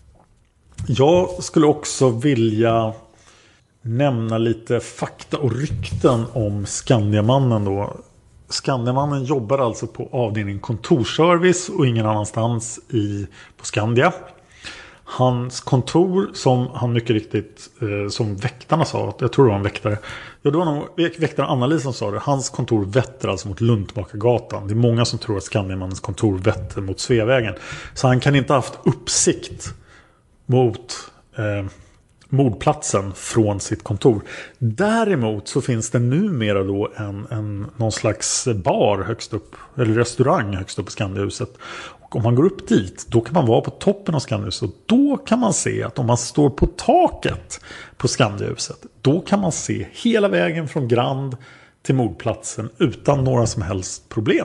Jag skulle också vilja nämna lite fakta och rykten om Skandiamannen då. Skandiamannen jobbar alltså på avdelningen kontorservice och ingen annanstans i, på Skandia. Hans kontor, som han mycket riktigt, eh, som väktarna sa, jag tror det var en väktare. Ja, det var nog väktaren Anna-Li som sa det. Hans kontor vetter alltså mot Luntmakargatan. Det är många som tror att Skandiamannens kontor vetter mot Sveavägen. Så han kan inte ha haft uppsikt mot eh, mordplatsen från sitt kontor. Däremot så finns det numera då en, en, någon slags bar högst upp, eller restaurang högst upp på Skandiahuset. Och om man går upp dit, då kan man vara på toppen av Skandiahuset. Och då kan man se att om man står på taket på Skandiahuset, då kan man se hela vägen från Grand till mordplatsen utan några som helst problem.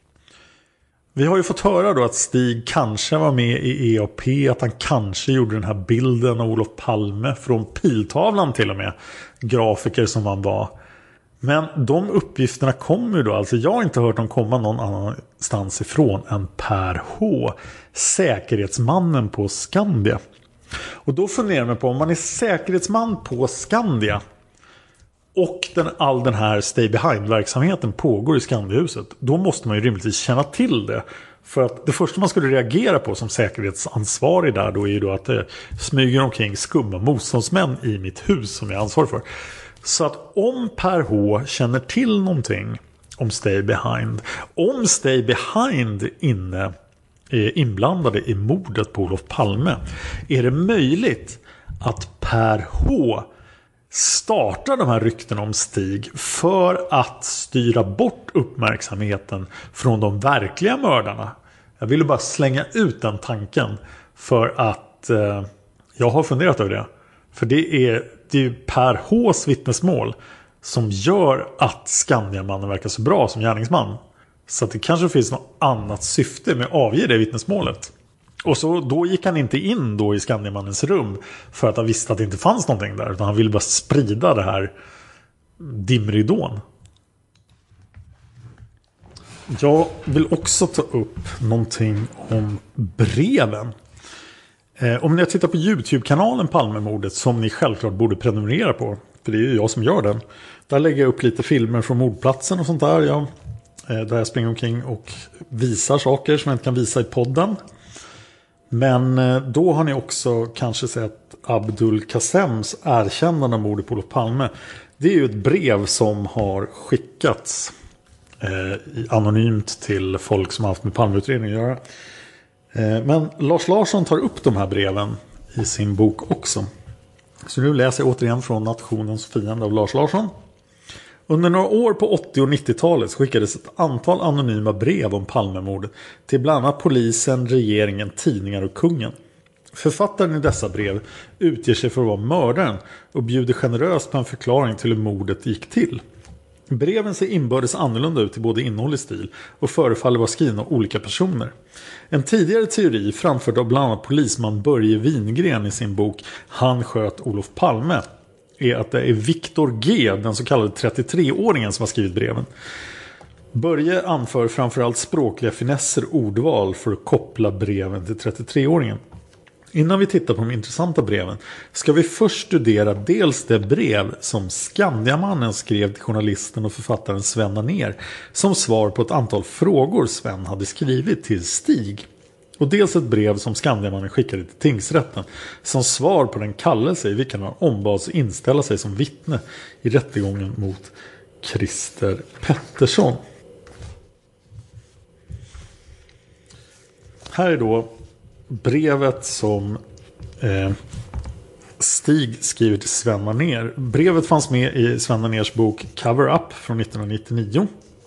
Vi har ju fått höra då att Stig kanske var med i E A P, att han kanske gjorde den här bilden av Olof Palme från piltavlan till och med, grafiker som han var. Men de uppgifterna kommer ju då, alltså jag har inte hört dem komma någon annanstans ifrån än Per H, säkerhetsmannen på Skandia. Och då funderar man på, om man är säkerhetsman på Skandia och den, all den här Stay Behind-verksamheten pågår i Skandiahuset, då måste man ju rimligtvis känna till det. För att det första man skulle reagera på som säkerhetsansvarig där då är ju då att det smyger omkring skumma motståndsmän i mitt hus som jag är ansvarig för. Så att om Per H känner till någonting om Stay Behind, om Stay Behind inne är inblandade i mordet på Olof Palme, är det möjligt att Per H startar de här ryktena om Stig för att styra bort uppmärksamheten från de verkliga mördarna. Jag ville bara slänga ut den tanken för att eh, jag har funderat över det. För det är, det är ju Per H:s vittnesmål som gör att Skandiamannen verkar så bra som gärningsman. Så att det kanske finns något annat syfte med att avge det vittnesmålet. Och så då gick han inte in då i Skandiamannens rum för att han visste att det inte fanns någonting där, utan han ville bara sprida det här dimridån. Jag vill också ta upp någonting om breven. Eh, om ni tittar på YouTube-kanalen Palmemordet, som ni självklart borde prenumerera på, för det är ju jag som gör den. Där lägger jag upp lite filmer från mordplatsen och sånt där. Jag, eh, där jag springer omkring och visar saker som jag inte kan visa i podden. Men eh, då har ni också kanske sett Abdul Qasems erkännande av mordet på Olof Palme. Det är ju ett brev som har skickats eh, anonymt till folk som har haft med Palmeutredningen att göra. Eh, men Lars Larsson tar upp de här breven i sin bok också. Så nu läser jag återigen från Nationens fiende av Lars Larsson. Under några år på åttio- och nittiotalet skickades ett antal anonyma brev om Palmemordet till bland annat polisen, regeringen, tidningar och kungen. Författaren i dessa brev utger sig för att vara mördaren och bjuder generöst på en förklaring till hur mordet gick till. Breven ser inbördes annorlunda ut i både innehåll och stil och förefaller vara skrivna av olika personer. En tidigare teori framförd av bland annat polisman Börje Wingren i sin bok Han sköt Olof Palme är att det är Viktor G, den så kallade trettiotre-åringen, som har skrivit breven. Börje anför framförallt språkliga finesser och ordval för att koppla breven till trettiotre-åringen. Innan vi tittar på de intressanta breven ska vi först studera dels det brev som Skandiamannen skrev till journalisten och författaren Sven Anér som svar på ett antal frågor Sven hade skrivit till Stig. Och dels ett brev som Skandiamannen skickade till tingsrätten som svar på den kallelse i vilken han ombads inställa sig som vittne i rättegången mot Christer Pettersson. Här är då brevet som eh, Stig skriver till Sven Anér. Brevet fanns med i Sven Anérs bok Cover Up från nittonhundranittionio.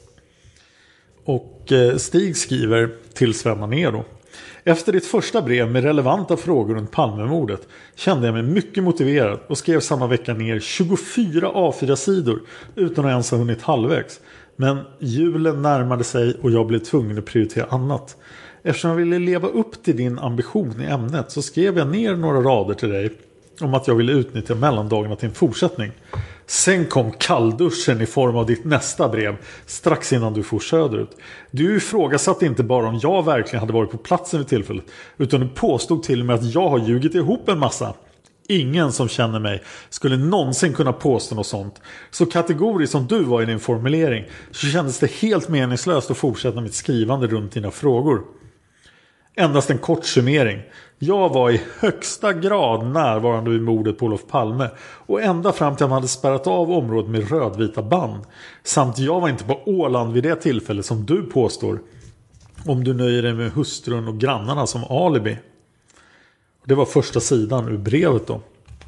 Och eh, Stig skriver till Sven Anér då: efter ditt första brev med relevanta frågor runt Palmemordet kände jag mig mycket motiverad och skrev samma vecka ner tjugofyra A fyra sidor utan att ens ha hunnit halvvägs. Men julen närmade sig och jag blev tvungen att prioritera annat. Eftersom jag ville leva upp till din ambition i ämnet så skrev jag ner några rader till dig om att jag ville utnyttja mellandagarna till en fortsättning. Sen kom kallduschen i form av ditt nästa brev strax innan du for söderut. Du ifrågasatte inte bara om jag verkligen hade varit på platsen vid tillfället, utan du påstod till och med att jag har ljugit ihop en massa. Ingen som känner mig skulle någonsin kunna påstå något sånt. Så kategoriskt som du var i din formulering så kändes det helt meningslöst att fortsätta mitt skrivande runt dina frågor. Endast en kort summering. Jag var i högsta grad närvarande vid mordet på Olof Palme och ända fram till att man hade spärrat av området med rödvita band. Samt jag var inte på Åland vid det tillfället som du påstår, om du nöjer dig med hustrun och grannarna som alibi. Det var första sidan ur brevet då.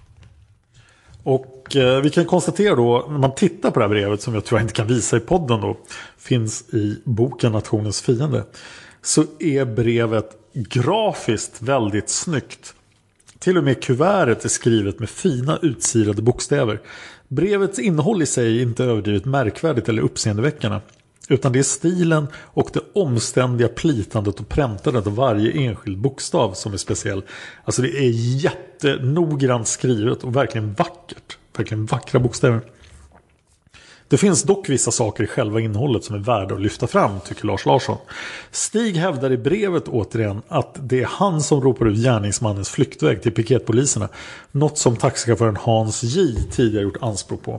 Och eh, vi kan konstatera då, när man tittar på det här brevet som jag tror jag inte kan visa i podden då, finns i boken Nationens fiende, så är brevet grafiskt väldigt snyggt. Till och med kuvertet är skrivet med fina utsirade bokstäver. Brevets innehåll i sig är inte överdrivet märkvärdigt eller uppseendeväckande, utan det är stilen och det omständiga plitandet och präntandet av varje enskild bokstav som är speciell. Alltså det är jättenoggrant skrivet och verkligen vackert. Verkligen vackra bokstäver. Det finns dock vissa saker i själva innehållet som är värda att lyfta fram, tycker Lars Larsson. Stig hävdar i brevet återigen att det är han som ropar ut gärningsmannens flyktväg till piketpoliserna. Något som taxichauffören Hans J tidigare gjort anspråk på.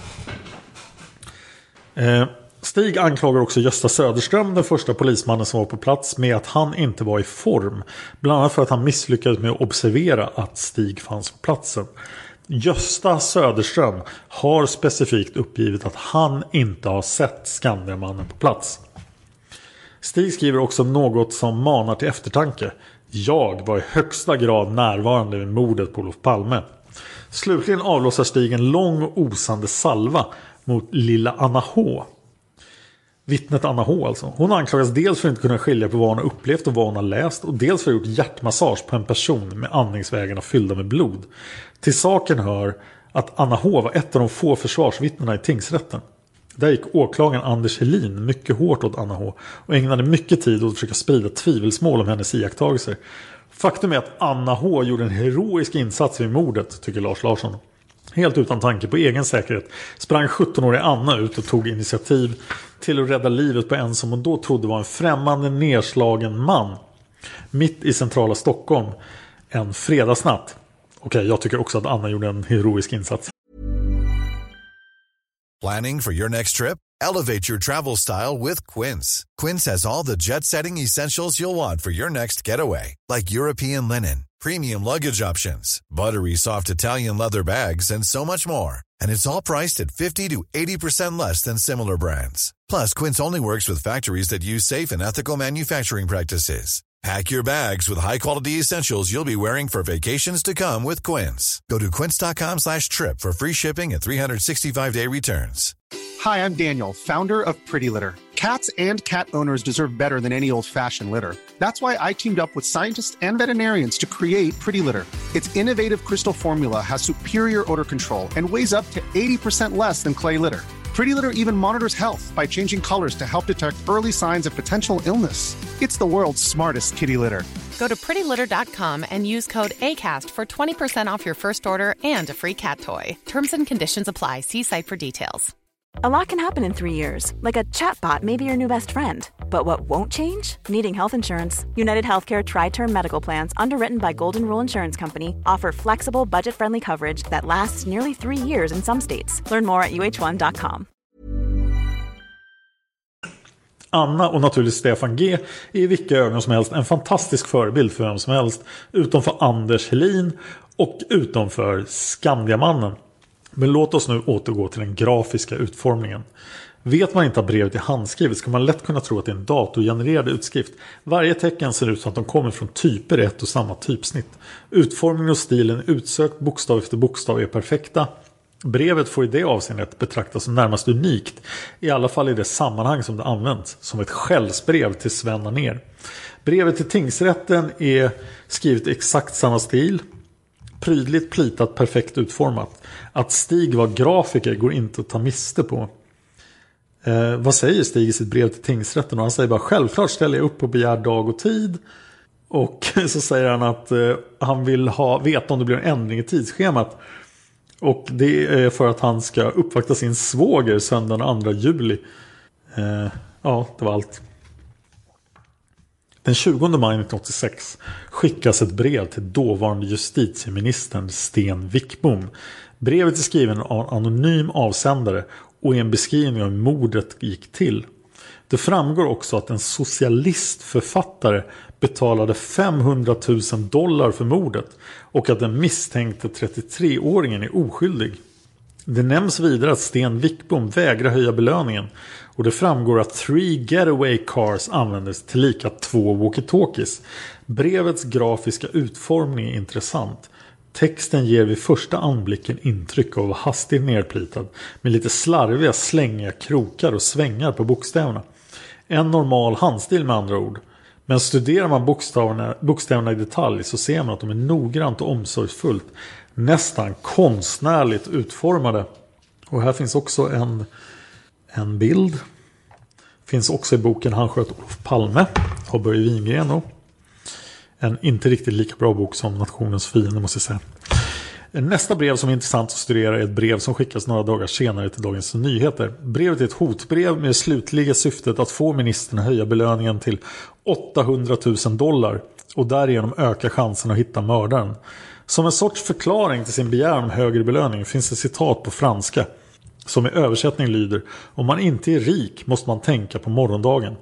Eh, Stig anklagar också Gösta Söderström, den första polismannen som var på plats, med att han inte var i form. Bland annat för att han misslyckades med att observera att Stig fanns på platsen. Gösta Söderström har specifikt uppgivit att han inte har sett Skandiamannen på plats. Stig skriver också något som manar till eftertanke. Jag var i högsta grad närvarande vid mordet på Olof Palme. Slutligen avlossar Stig en lång och osande salva mot lilla Anna H. Vittnet Anna H alltså. Hon anklagas dels för att inte kunna skilja på vad hon har upplevt och vad hon har läst, och dels för att ha gjort hjärtmassage på en person med andningsvägarna fyllda med blod. Till saken hör att Anna H var ett av de få försvarsvittnena i tingsrätten. Där gick åklagaren Anders Helin mycket hårt åt Anna H och ägnade mycket tid åt att försöka sprida tvivelsmål om hennes iakttagelser. Faktum är att Anna H gjorde en heroisk insats vid mordet, tycker Lars Larsson. Helt utan tanke på egen säkerhet sprang sjuttonåriga Anna ut och tog initiativ till att rädda livet på en som hon då trodde var en främmande nedslagen man mitt i centrala Stockholm en fredagsnatt. Okej, jag tycker också att Anna gjorde en heroisk insats. Planning for your next trip? Elevate your travel style with Quince. Quince has all the jet-setting essentials you'll want for your next getaway, like European linen, premium luggage options, buttery soft Italian leather bags, and so much more. And it's all priced at fifty to eighty percent less than similar brands. Plus, Quince only works with factories that use safe and ethical manufacturing practices. Pack your bags with high-quality essentials you'll be wearing for vacations to come with Quince. Go to quince.com slash trip for free shipping and three sixty-five day returns. Hi, I'm Daniel, founder of Pretty Litter. Cats and cat owners deserve better than any old-fashioned litter. That's why I teamed up with scientists and veterinarians to create Pretty Litter. Its innovative crystal formula has superior odor control and weighs up to eighty percent less than clay litter. Pretty Litter even monitors health by changing colors to help detect early signs of potential illness. It's the world's smartest kitty litter. Go to pretty litter dot com and use code ACAST for twenty percent off your first order and a free cat toy. Terms and conditions apply. See site for details. A lot can happen in three years, like a chatbot may be your new best friend. But what won't change? Needing health insurance. United Healthcare Tri-Term Medical Plans, underwritten by Golden Rule Insurance Company, offer flexible, budget-friendly coverage that lasts nearly three years in some states. Learn more at u h one dot com. Anna och naturligtvis Stefan G är i vilka ögon som helst en fantastisk förebild för vem som helst, utom för Anders Helin och utom för Skandiamannen. Men låt oss nu återgå till den grafiska utformningen. Vet man inte att brevet är handskrivet ska man lätt kunna tro att det är en datorgenererad utskrift. Varje tecken ser ut som att de kommer från typer i ett och samma typsnitt. Utformningen och stilen utsökt bokstav efter bokstav är perfekta. Brevet får i det avseendet betraktas som närmast unikt, i alla fall i det sammanhang som det används, som ett skällsbrev till Sven Anér. Brevet till tingsrätten är skrivet i exakt samma stil, prydligt plitat, perfekt utformat. Att Stig var grafiker går inte att ta miste på. Eh, vad säger Stig i sitt brev till tingsrätten? Och han säger bara, självklart ställer jag upp på begär dag och tid. Och så säger han att eh, han vill ha, veta om det blir en ändring i tidsschemat. Och det är för att han ska uppvakta sin svåger söndagen andra juli. Eh, ja, det var allt. Den tjugonde maj nittonhundraåttiosex skickas ett brev till dåvarande justitieministern Sten Wickbom. Brevet är skriven av en anonym avsändare och är en beskrivning av hur mordet gick till. Det framgår också att en socialistförfattare betalade femhundratusen dollar för mordet och att den misstänkte trettiotre-åringen är oskyldig. Det nämns vidare att Sten Wickbom vägrar höja belöningen och det framgår att three getaway cars användes till lika två walkie-talkies. Brevets grafiska utformning är intressant. Texten ger vid första anblicken intryck av hastigt nedplitad med lite slarviga slängiga krokar och svängar på bokstäverna. En normal handstil med andra ord. Men studerar man bokstäverna, bokstäverna i detalj så ser man att de är noggrant och omsorgsfullt, nästan konstnärligt utformade. Och här finns också en, en bild. Finns också i boken Han sköt Olof Palme av Börje Wingren. Då. En inte riktigt lika bra bok som Nationens fiende, måste jag säga. Nästa brev som är intressant att studera är ett brev som skickas några dagar senare till Dagens Nyheter. Brevet är ett hotbrev med det slutliga syftet att få ministern att höja belöningen till åttahundratusen dollar och därigenom öka chansen att hitta mördaren. Som en sorts förklaring till sin begäran om högre belöning finns ett citat på franska som i översättning lyder: om man inte är rik måste man tänka på morgondagen.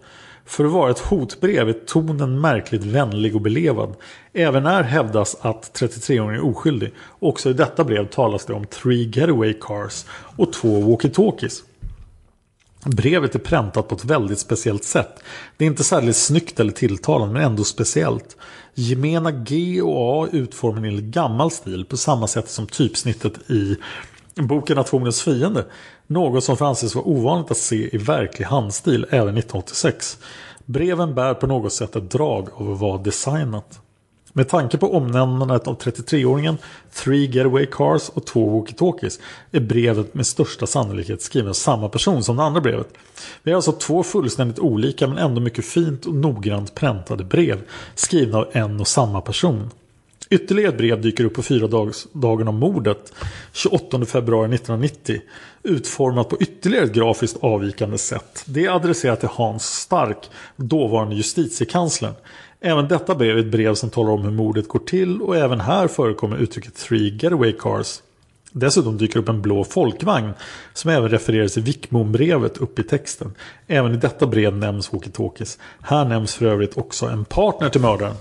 För att vara ett hotbrev är tonen märkligt vänlig och belevad. Även här hävdas att trettiotre-åringen är oskyldig. Också i detta brev talas det om three getaway cars och två walkie-talkies. Brevet är präntat på ett väldigt speciellt sätt. Det är inte särskilt snyggt eller tilltalande, men ändå speciellt. Gemena G och A utformar enligt gammal stil på samma sätt som typsnittet i boken Nationens fiende. Något som får anses vara ovanligt att se i verklig handstil även nittonhundraåttiosex. Breven bär på något sätt ett drag av att vara designat. Med tanke på omnämnandet av trettiotre-åringen, three getaway cars och två walkie-talkies är brevet med största sannolikhet skriven av samma person som det andra brevet. Vi har alltså två fullständigt olika men ändå mycket fint och noggrant präntade brev skrivna av en och samma person. Ytterligare ett brev dyker upp på fyra dags, dagen om mordet, tjugoåttonde februari nittonhundranittio, utformat på ytterligare ett grafiskt avvikande sätt. Det är adresserat till Hans Stark, dåvarande justitiekanslern. Även detta brev är ett brev som talar om hur mordet går till, och även här förekommer uttrycket three getaway cars. Dessutom dyker upp en blå folkvagn som även refereras i Wickbom-brevet upp i texten. Även i detta brev nämns walkie-talkies. Här nämns för övrigt också en partner till mördaren.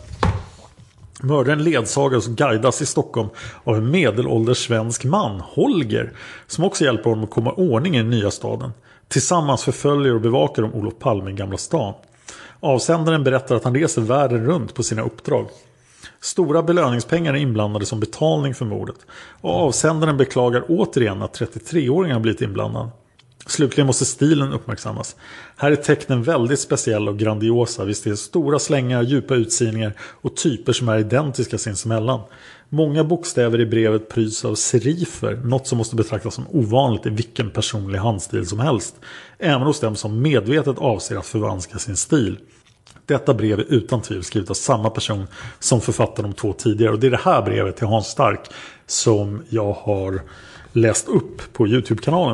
Mördaren ledsagas och guidas i Stockholm av en medelålders svensk man, Holger, som också hjälper honom att komma ordning i den nya staden. Tillsammans förföljer och bevakar de Olof Palme i Gamla stan. Avsändaren berättar att han reser världen runt på sina uppdrag. Stora belöningspengar är inblandade som betalning för mordet. Och avsändaren beklagar återigen att trettiotre-åringen har blivit inblandad. Slutligen måste stilen uppmärksammas. Här är tecknen väldigt speciella och grandiosa. Visst är det stora slängar, djupa utsidningar och typer som är identiska sinsemellan. Många bokstäver i brevet pryds av serifer, något som måste betraktas som ovanligt i vilken personlig handstil som helst. Även hos dem som medvetet avser att förvanska sin stil. Detta brev är utan tvivel skrivet av samma person som författade de två tidigare. Och det är det här brevet till Hans Stark som jag har läst upp på YouTube-kanalen.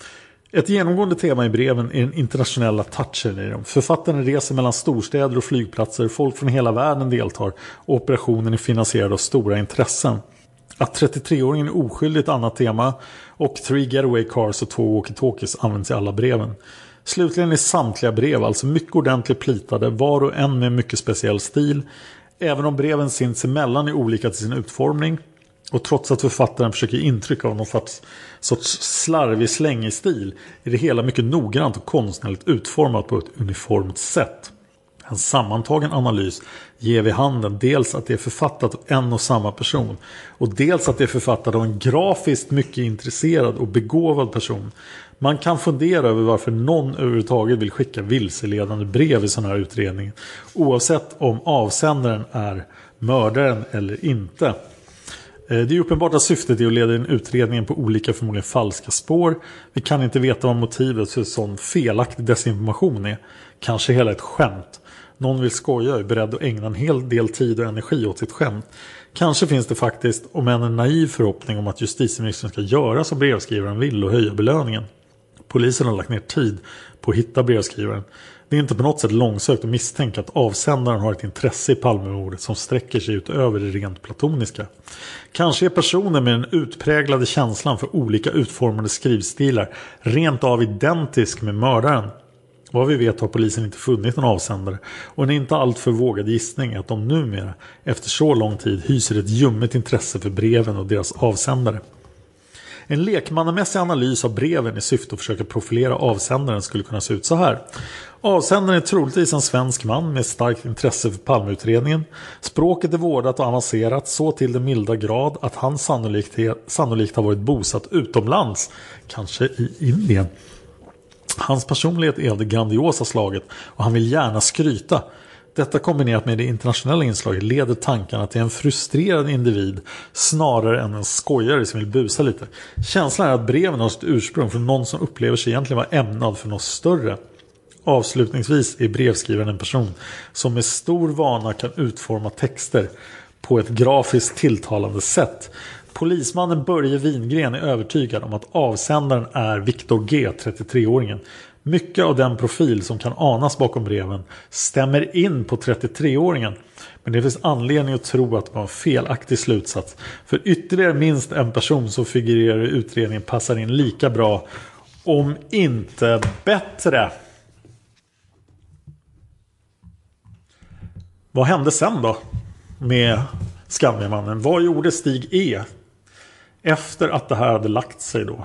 Ett genomgående tema i breven är den internationella touchen i dem. Författaren reser mellan storstäder och flygplatser, folk från hela världen deltar och operationen är finansierad av stora intressen. Att trettiotre-åringen är oskyldig ett annat tema, och three getaway cars och två walkie-talkies används i alla breven. Slutligen är samtliga brev alltså mycket ordentligt plitade, var och en med mycket speciell stil. Även om breven sinsemellan är olika till sin utformning, och trots att författaren försöker intrycka av någon sorts, sorts slarvig slängig stil, är det hela mycket noggrant och konstnärligt utformat på ett uniformt sätt. En sammantagen analys ger vid handen dels att det är författat av en och samma person, och dels att det är författat av en grafiskt mycket intresserad och begåvad person. Man kan fundera över varför någon överhuvudtaget vill skicka vilseledande brev i sån här utredning, oavsett om avsändaren är mördaren eller inte. Det är uppenbart att syftet är att leda in utredningen på olika förmodligen falska spår. Vi kan inte veta vad motivet för sån felaktig desinformation är. Kanske hela ett skämt. Någon vill skoja och är beredd att ägna en hel del tid och energi åt sitt skämt. Kanske finns det faktiskt, om än en naiv förhoppning om att justitieministern ska göra som brevskrivaren vill och höja belöningen. Polisen har lagt ner tid på att hitta brevskrivaren. Det är inte på något sätt långsökt att misstänka att avsändaren har ett intresse i Palmemordet som sträcker sig utöver det rent platoniska. Kanske är personer med den utpräglade känslan för olika utformade skrivstilar rent av identisk med mördaren. Vad vi vet har polisen inte funnit en avsändare, och en inte alltför vågad gissning är att de numera, efter så lång tid, hyser ett ljummet intresse för breven och deras avsändare. En lekmannamässig analys av breven i syfte att försöka profilera avsändaren skulle kunna se ut så här. Avsändaren är troligtvis en svensk man med starkt intresse för Palmeutredningen. Språket är vårdat och avancerat så till den milda grad att han sannolikt, sannolikt har varit bosatt utomlands, kanske i Indien. Hans personlighet är av det grandiosa slaget och han vill gärna skryta. Detta kombinerat med det internationella inslaget leder tankarna till en frustrerad individ snarare än en skojare som vill busa lite. Känslan är att breven har sitt ursprung från någon som upplever sig egentligen vara ämnad för något större. Avslutningsvis är brevskrivaren en person som med stor vana kan utforma texter på ett grafiskt tilltalande sätt. Polismannen Börje Wingren är övertygad om att avsändaren är Viktor G, trettiotre-åringen. Mycket av den profil som kan anas bakom breven stämmer in på trettiotre-åringen. Men det finns anledning att tro att det var en felaktig slutsats. För ytterligare minst en person som figurerar i utredningen passar in lika bra, om inte bättre. Vad hände sen då med Skandiamannen? Vad gjorde Stig E efter att det här hade lagt sig då?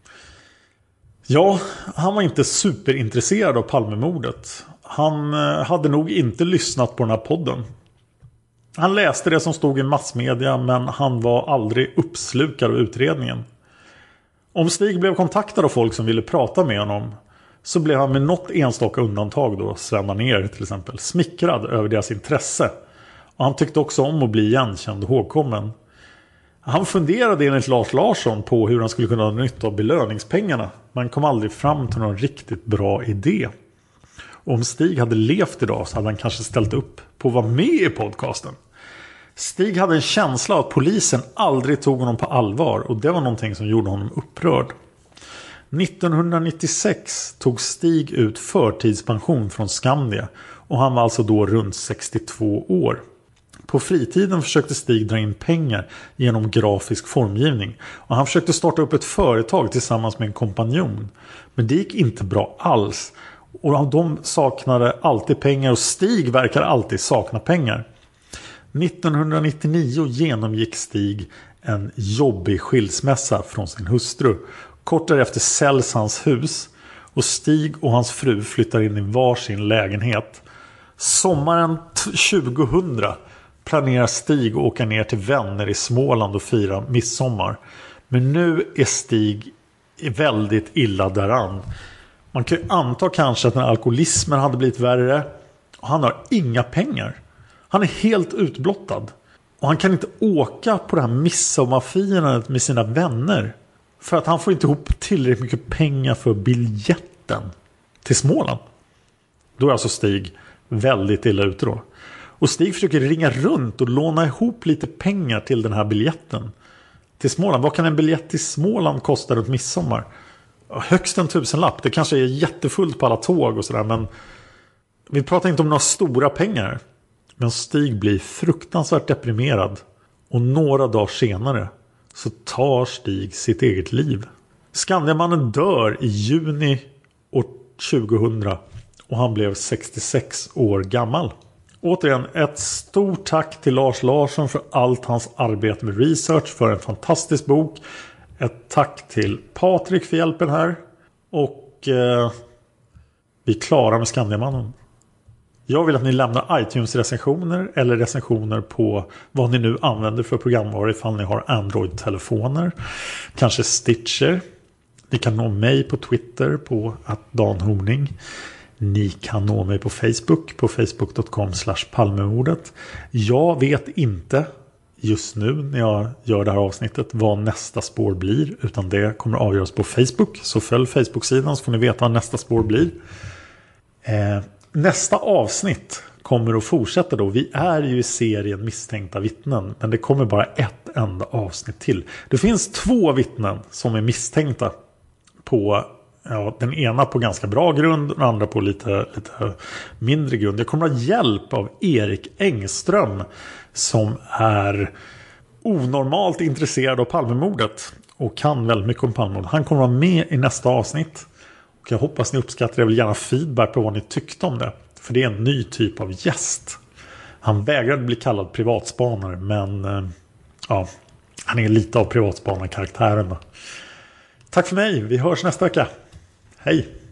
Ja, han var inte superintresserad av Palmemordet. Han hade nog inte lyssnat på den här podden. Han läste det som stod i massmedia, men han var aldrig uppslukad av utredningen. Om Stig blev kontaktad av folk som ville prata med honom, så blev han med något enstaka undantag då, Sven Anér till exempel, smickrad över deras intresse. Och han tyckte också om att bli igenkänd och ihågkommen. Han funderade enligt Lars Larsson på hur han skulle kunna ha nytta av belöningspengarna, men kom aldrig fram till någon riktigt bra idé. Och om Stig hade levt idag så hade han kanske ställt upp på att vara med i podcasten. Stig hade en känsla av att polisen aldrig tog honom på allvar, och det var någonting som gjorde honom upprörd. nittonhundranittiosex tog Stig ut förtidspension från Skandia, och han var alltså då runt sextiotvå år. På fritiden försökte Stig dra in pengar genom grafisk formgivning, och han försökte starta upp ett företag tillsammans med en kompanjon. Men det gick inte bra alls, och de saknade alltid pengar, och Stig verkar alltid sakna pengar. nittonhundranittionio genomgick Stig en jobbig skilsmässa från sin hustru. Kort därefter säljs hans hus, och Stig och hans fru flyttar in i varsin lägenhet. Sommaren tjugohundra planerar Stig att åka ner till vänner i Småland och fira midsommar. Men nu är Stig väldigt illa däran. Man kan ju anta kanske att den alkoholismen hade blivit värre, och han har inga pengar. Han är helt utblottad, och han kan inte åka på det här midsommarfirandet med sina vänner, för att han får inte ihop tillräckligt mycket pengar för biljetten till Småland. Då är alltså Stig väldigt illa ute då. Och Stig försöker ringa runt och låna ihop lite pengar till den här biljetten till Småland. Vad kan en biljett till Småland kosta runt midsommar? Högst en tusenlapp. Det kanske är jättefullt på alla tåg och sådär, men vi pratar inte om några stora pengar. Men Stig blir fruktansvärt deprimerad, och några dagar senare så tar Stig sitt eget liv. Skandiamannen dör i juni år tjugohundra, och han blev sextiosex år gammal. Återigen, ett stort tack till Lars Larsson för allt hans arbete med research, för en fantastisk bok. Ett tack till Patrik för hjälpen här. Och eh, vi är klara med Skandiamannen. Jag vill att ni lämnar iTunes-recensioner eller recensioner på vad ni nu använder för programvara ifall ni har Android-telefoner. Kanske Stitcher. Ni kan nå mig på Twitter på att Dan Horning. Ni kan nå mig på Facebook på facebook dot com slash palmemordet. Jag vet inte just nu när jag gör det här avsnittet vad nästa spår blir, utan det kommer avgöras på Facebook. Så följ Facebook-sidan så får ni veta vad nästa spår blir. Eh, nästa avsnitt kommer att fortsätta då. Vi är ju i serien misstänkta vittnen, men det kommer bara ett enda avsnitt till. Det finns två vittnen som är misstänkta på, ja, den ena på ganska bra grund, den andra på lite, lite mindre grund. Jag kommer att ha hjälp av Erik Engström som är onormalt intresserad av Palmemordet och kan väldigt mycket om Palmemordet. Han kommer att vara med i nästa avsnitt, och jag hoppas ni uppskattar det. Jag vill gärna feedback på vad ni tyckte om det, för det är en ny typ av gäst. Han vägrade bli kallad privatspanare, men ja, han är lite av privatspanarkaraktären. Tack för mig, vi hörs nästa vecka. Hej!